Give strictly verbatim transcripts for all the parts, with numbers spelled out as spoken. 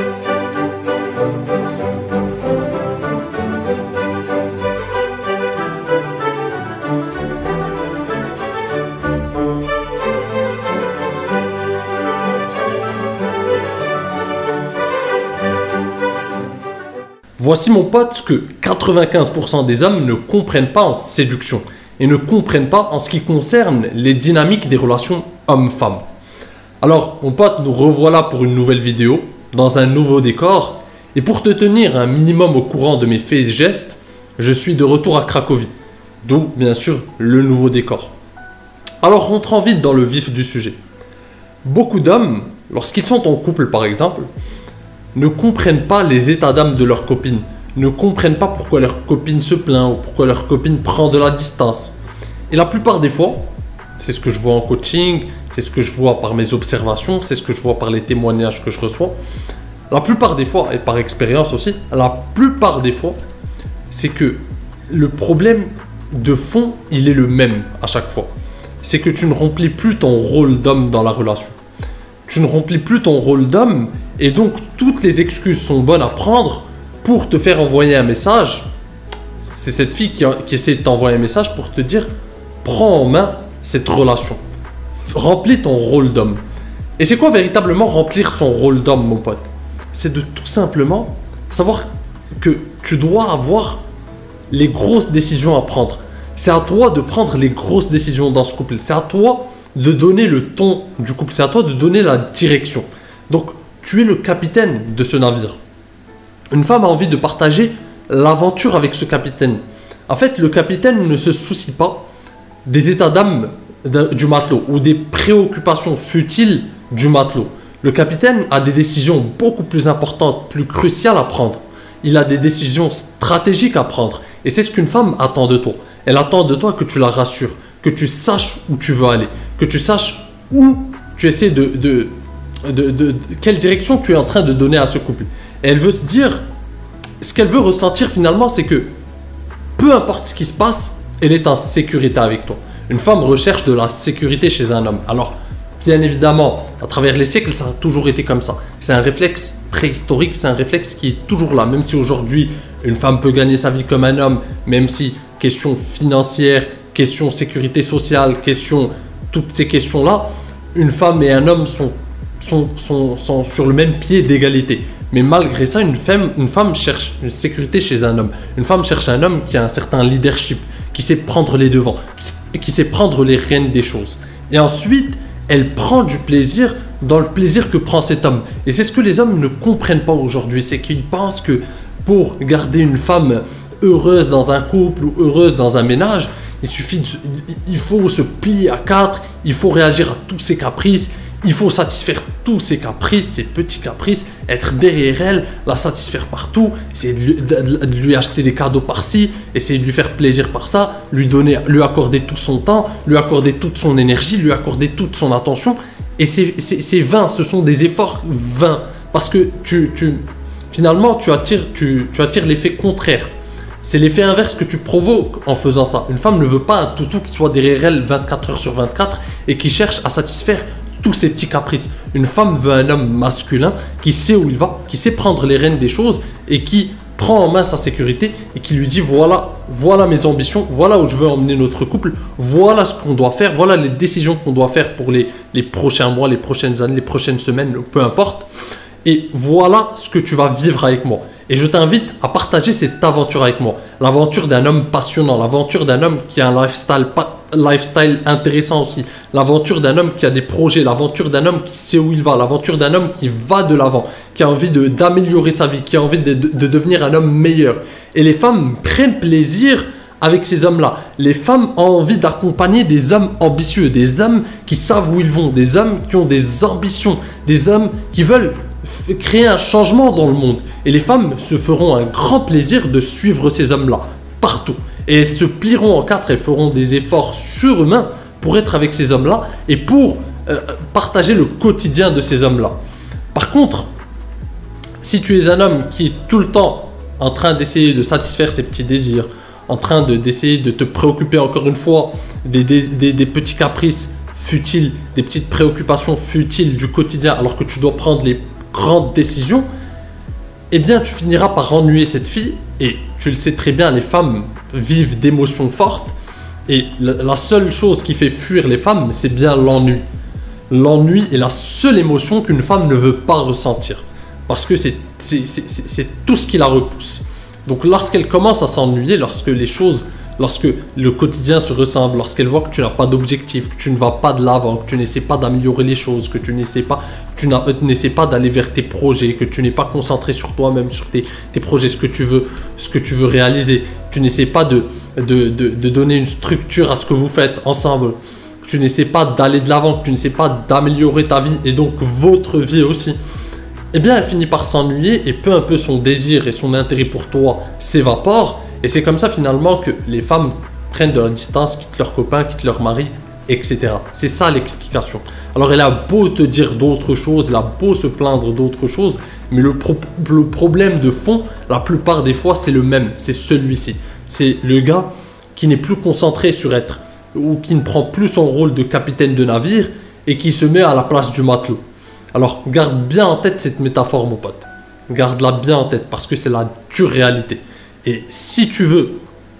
Voici mon pote ce que quatre-vingt-quinze pour cent des hommes ne comprennent pas en séduction et ne comprennent pas en ce qui concerne les dynamiques des relations hommes-femmes. Alors mon pote, nous revoilà pour une nouvelle vidéo, dans un nouveau décor, et pour te tenir un minimum au courant de mes faits et gestes, je suis de retour à Cracovie, d'où bien sûr le nouveau décor. Alors rentrons vite dans le vif du sujet. Beaucoup d'hommes, lorsqu'ils sont en couple par exemple, ne comprennent pas les états d'âme de leur copine, ne comprennent pas pourquoi leur copine se plaint ou pourquoi leur copine prend de la distance. Et la plupart des fois, c'est ce que je vois en coaching, c'est ce que je vois par mes observations, c'est ce que je vois par les témoignages que je reçois. La plupart des fois, et par expérience aussi, la plupart des fois, c'est que le problème de fond, il est le même à chaque fois. C'est que tu ne remplis plus ton rôle d'homme dans la relation. Tu ne remplis plus ton rôle d'homme et donc toutes les excuses sont bonnes à prendre pour te faire envoyer un message. C'est cette fille qui, qui essaie de t'envoyer un message pour te dire prends en main cette relation. Remplis ton rôle d'homme. Et c'est quoi véritablement remplir son rôle d'homme, mon pote? C'est de tout simplement savoir que tu dois avoir les grosses décisions à prendre. C'est à toi de prendre les grosses décisions dans ce couple. C'est à toi de donner le ton du couple. C'est à toi de donner la direction. Donc, tu es le capitaine de ce navire. Une femme a envie de partager l'aventure avec ce capitaine. En fait, le capitaine ne se soucie pas des états d'âme du matelot ou des préoccupations futiles du matelot. Le capitaine a des décisions beaucoup plus importantes, plus cruciales à prendre. Il a des décisions stratégiques à prendre. Et c'est ce qu'une femme attend de toi. Elle attend de toi que tu la rassures, que tu saches où tu veux aller, que tu saches où tu essaies de, de, de, de, de quelle direction tu es en train de donner à ce couple. Et elle veut se dire, ce qu'elle veut ressentir finalement, c'est que peu importe ce qui se passe, elle est en sécurité avec toi. Une femme recherche de la sécurité chez un homme. Alors, bien évidemment, à travers les siècles, ça a toujours été comme ça. C'est un réflexe préhistorique, c'est un réflexe qui est toujours là. Même si aujourd'hui, une femme peut gagner sa vie comme un homme, même si question financière, question sécurité sociale, question, toutes ces questions-là, une femme et un homme sont, sont, sont, sont sur le même pied d'égalité. Mais malgré ça, une femme, une femme cherche une sécurité chez un homme. Une femme cherche un homme qui a un certain leadership, qui sait prendre les devants, qui sait, qui sait prendre les rênes des choses. Et ensuite, elle prend du plaisir dans le plaisir que prend cet homme. Et c'est ce que les hommes ne comprennent pas aujourd'hui, c'est qu'ils pensent que pour garder une femme heureuse dans un couple ou heureuse dans un ménage, il suffit de, il faut se plier à quatre, il faut réagir à tous ses caprices, il faut satisfaire tous ses caprices, ses petits caprices, être derrière elle, la satisfaire partout, essayer de lui, de, de lui acheter des cadeaux par-ci, essayer de lui faire plaisir par ça, lui donner, lui accorder tout son temps, lui accorder toute son énergie, lui accorder toute son attention. Et c'est vain, ce sont des efforts vains. Parce que tu, tu, finalement, tu attires, tu, tu attires l'effet contraire. C'est l'effet inverse que tu provoques en faisant ça. Une femme ne veut pas un toutou qui soit derrière elle vingt-quatre heures sur vingt-quatre et qui cherche à satisfaire tous ses petits caprices. Une femme veut un homme masculin qui sait où il va, qui sait prendre les rênes des choses et qui prend en main sa sécurité et qui lui dit voilà, voilà mes ambitions, voilà où je veux emmener notre couple, voilà ce qu'on doit faire, voilà les décisions qu'on doit faire pour les, les prochains mois, les prochaines années, les prochaines semaines, peu importe. Et voilà ce que tu vas vivre avec moi. Et je t'invite à partager cette aventure avec moi. L'aventure d'un homme passionnant, l'aventure d'un homme qui a un lifestyle, lifestyle intéressant aussi. L'aventure d'un homme qui a des projets, l'aventure d'un homme qui sait où il va, l'aventure d'un homme qui va de l'avant, qui a envie d'améliorer sa vie, qui a envie de, de, de devenir un homme meilleur. Et les femmes prennent plaisir avec ces hommes-là. Les femmes ont envie d'accompagner des hommes ambitieux, des hommes qui savent où ils vont, des hommes qui ont des ambitions, des hommes qui veulent créer un changement dans le monde. Et les femmes se feront un grand plaisir de suivre ces hommes-là, partout. Et elles se plieront en quatre, elles feront des efforts surhumains pour être avec ces hommes-là et pour euh, partager le quotidien de ces hommes-là. Par contre, si tu es un homme qui est tout le temps en train d'essayer de satisfaire ses petits désirs, en train de, d'essayer de te préoccuper encore une fois des, des, des, des petits caprices futiles, des petites préoccupations futiles du quotidien alors que tu dois prendre les grandes décisions, eh bien tu finiras par ennuyer cette fille. Et tu le sais très bien, les femmes vivent d'émotions fortes. Et la seule chose qui fait fuir les femmes, c'est bien l'ennui. L'ennui est la seule émotion qu'une femme ne veut pas ressentir. Parce que c'est tout ce qui la repousse. Donc lorsqu'elle commence à s'ennuyer, lorsque les choses, lorsque le quotidien se ressemble, lorsqu'elle voit que tu n'as pas d'objectif, que tu ne vas pas de l'avant, que tu n'essaies pas d'améliorer les choses, que tu n'essaies pas, tu n'essaies pas d'aller vers tes projets, que tu n'es pas concentré sur toi-même, sur tes, tes projets, ce que tu veux, ce que tu veux réaliser, tu n'essaies pas de, de, de, de donner une structure à ce que vous faites ensemble, que tu n'essaies pas d'aller de l'avant, que tu n'essaies pas d'améliorer ta vie et donc votre vie aussi, eh bien elle finit par s'ennuyer et peu à peu son désir et son intérêt pour toi s'évaporent. Et c'est comme ça finalement que les femmes prennent de la distance, quittent leurs copains, quittent leur mari, et cetera. C'est ça l'explication. Alors elle a beau te dire d'autres choses, elle a beau se plaindre d'autres choses, mais le, pro le problème de fond, la plupart des fois, c'est le même, c'est celui-ci. C'est le gars qui n'est plus concentré sur être, ou qui ne prend plus son rôle de capitaine de navire, et qui se met à la place du matelot. Alors garde bien en tête cette métaphore mon pote. Garde-la bien en tête, parce que c'est la dure réalité. Et si tu veux,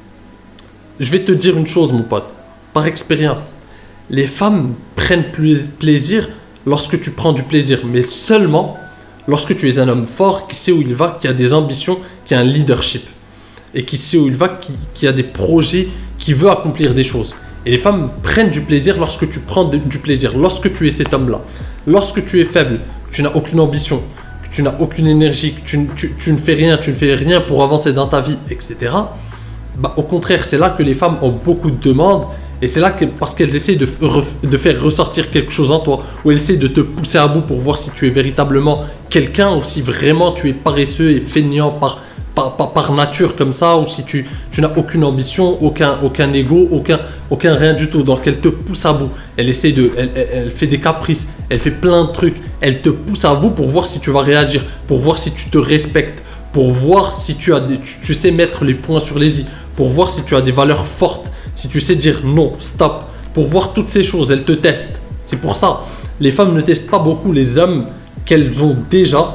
je vais te dire une chose mon pote, par expérience, les femmes prennent plus plaisir lorsque tu prends du plaisir, mais seulement lorsque tu es un homme fort qui sait où il va, qui a des ambitions, qui a un leadership et qui sait où il va, qui, qui a des projets, qui veut accomplir des choses. Et les femmes prennent du plaisir lorsque tu prends de, du plaisir, lorsque tu es cet homme-là. Lorsque tu es faible, que tu n'as aucune ambition, que tu n'as aucune énergie, que tu, tu, tu ne fais rien, tu ne fais rien pour avancer dans ta vie, et cetera. Bah, au contraire, c'est là que les femmes ont beaucoup de demandes. Et c'est là que, parce qu'elles essaient de, de faire ressortir quelque chose en toi, ou elles essaient de te pousser à bout pour voir si tu es véritablement quelqu'un, ou si vraiment tu es paresseux et feignant par, par, par, par nature comme ça, ou si tu, tu n'as aucune ambition, aucun, aucun ego, aucun, aucun rien du tout. Donc elle te pousse à bout, elle essaie de, elle, elle, elle fait des caprices, elle fait plein de trucs, elle te pousse à bout pour voir si tu vas réagir, pour voir si tu te respectes, pour voir si tu, as des, tu, tu sais mettre les points sur les i, pour voir si tu as des valeurs fortes. Si tu sais dire non, stop, pour voir toutes ces choses, elles te testent. C'est pour ça, les femmes ne testent pas beaucoup les hommes qu'elles ont déjà,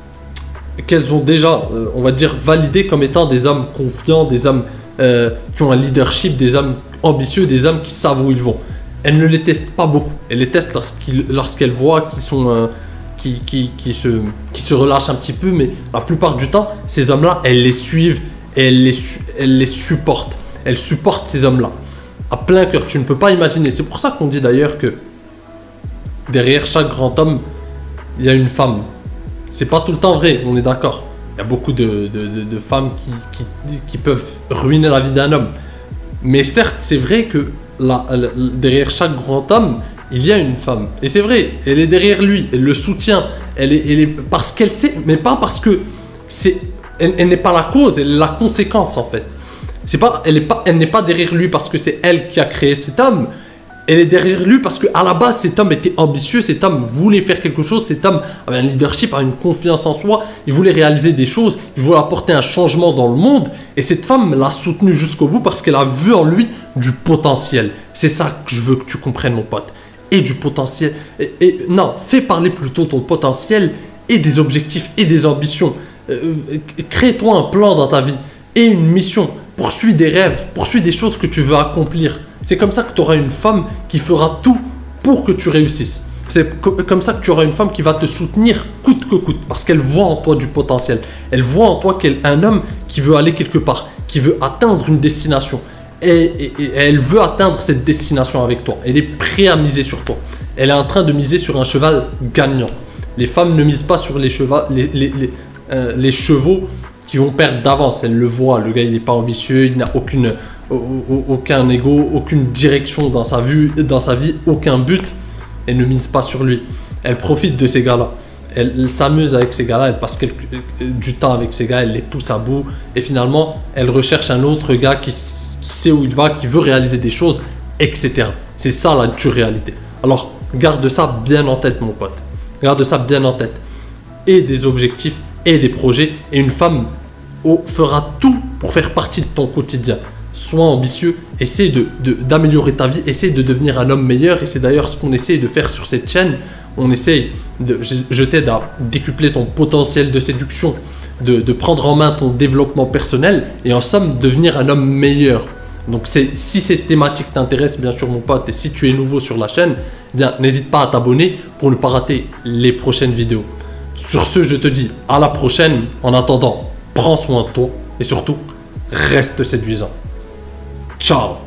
qu'elles ont déjà, euh, on va dire, validés comme étant des hommes confiants, des hommes euh, qui ont un leadership, des hommes ambitieux, des hommes qui savent où ils vont. Elles ne les testent pas beaucoup. Elles les testent lorsqu'ils, lorsqu'elles voient qu'ils sont, euh, qui, qui, qui, se, qui se relâchent un petit peu, mais la plupart du temps, ces hommes-là, elles les suivent et elles les, elles les supportent. Elle supporte ces hommes-là à plein cœur, tu ne peux pas imaginer. C'est pour ça qu'on dit d'ailleurs que derrière chaque grand homme, il y a une femme. C'est pas tout le temps vrai, on est d'accord. Il y a beaucoup de, de, de, de femmes qui, qui, qui peuvent ruiner la vie d'un homme. Mais certes, c'est vrai que la, la, derrière chaque grand homme, il y a une femme. Et c'est vrai, elle est derrière lui, elle le soutient. Elle est, elle est, parce qu'elle sait, mais pas parce que c'est, elle, elle n'est pas la cause, elle est la conséquence en fait. C'est pas, elle n'est pas, elle n'est pas derrière lui parce que c'est elle qui a créé cet homme. Elle est derrière lui parce qu'à la base, cet homme était ambitieux, cet homme voulait faire quelque chose, cet homme avait un leadership, avait une confiance en soi, il voulait réaliser des choses, il voulait apporter un changement dans le monde. Et cette femme l'a soutenu jusqu'au bout parce qu'elle a vu en lui du potentiel. C'est ça que je veux que tu comprennes, mon pote. Et du potentiel. Et, et, non, fais parler plutôt ton potentiel et des objectifs et des ambitions. Euh, crée-toi un plan dans ta vie et une mission. Poursuis des rêves, poursuis des choses que tu veux accomplir. C'est comme ça que tu auras une femme qui fera tout pour que tu réussisses. C'est comme ça que tu auras une femme qui va te soutenir coûte que coûte. Parce qu'elle voit en toi du potentiel. Elle voit en toi qu'elle, un homme qui veut aller quelque part, qui veut atteindre une destination. Et, et, et elle veut atteindre cette destination avec toi. Elle est prête à miser sur toi. Elle est en train de miser sur un cheval gagnant. Les femmes ne misent pas sur les, chevaux, les, les, les, euh, les chevaux qui vont perdre d'avance. Elle le voit, le gars il n'est pas ambitieux, il n'a aucune, aucun ego, aucune direction dans sa, vue, dans sa vie, aucun but. Elle ne mise pas sur lui. Elle profite de ces gars-là. Elle, elle s'amuse avec ces gars-là, elle passe quelque, du temps avec ces gars, elle les pousse à bout. Et finalement, elle recherche un autre gars qui, qui sait où il va, qui veut réaliser des choses, et cetera. C'est ça la dure réalité. Alors, garde ça bien en tête, mon pote. Garde ça bien en tête. Et des objectifs, et des projets, et une femme oh, fera tout pour faire partie de ton quotidien. Sois ambitieux, essaie de, de, d'améliorer ta vie, essaie de devenir un homme meilleur, et c'est d'ailleurs ce qu'on essaie de faire sur cette chaîne. On essaie, de, je, je t'aide à décupler ton potentiel de séduction, de, de prendre en main ton développement personnel et en somme devenir un homme meilleur. Donc c'est, si cette thématique t'intéresse, bien sûr mon pote, et si tu es nouveau sur la chaîne, eh bien n'hésite pas à t'abonner pour ne pas rater les prochaines vidéos. Sur ce, je te dis à la prochaine. En attendant, prends soin de toi et surtout, reste séduisant. Ciao.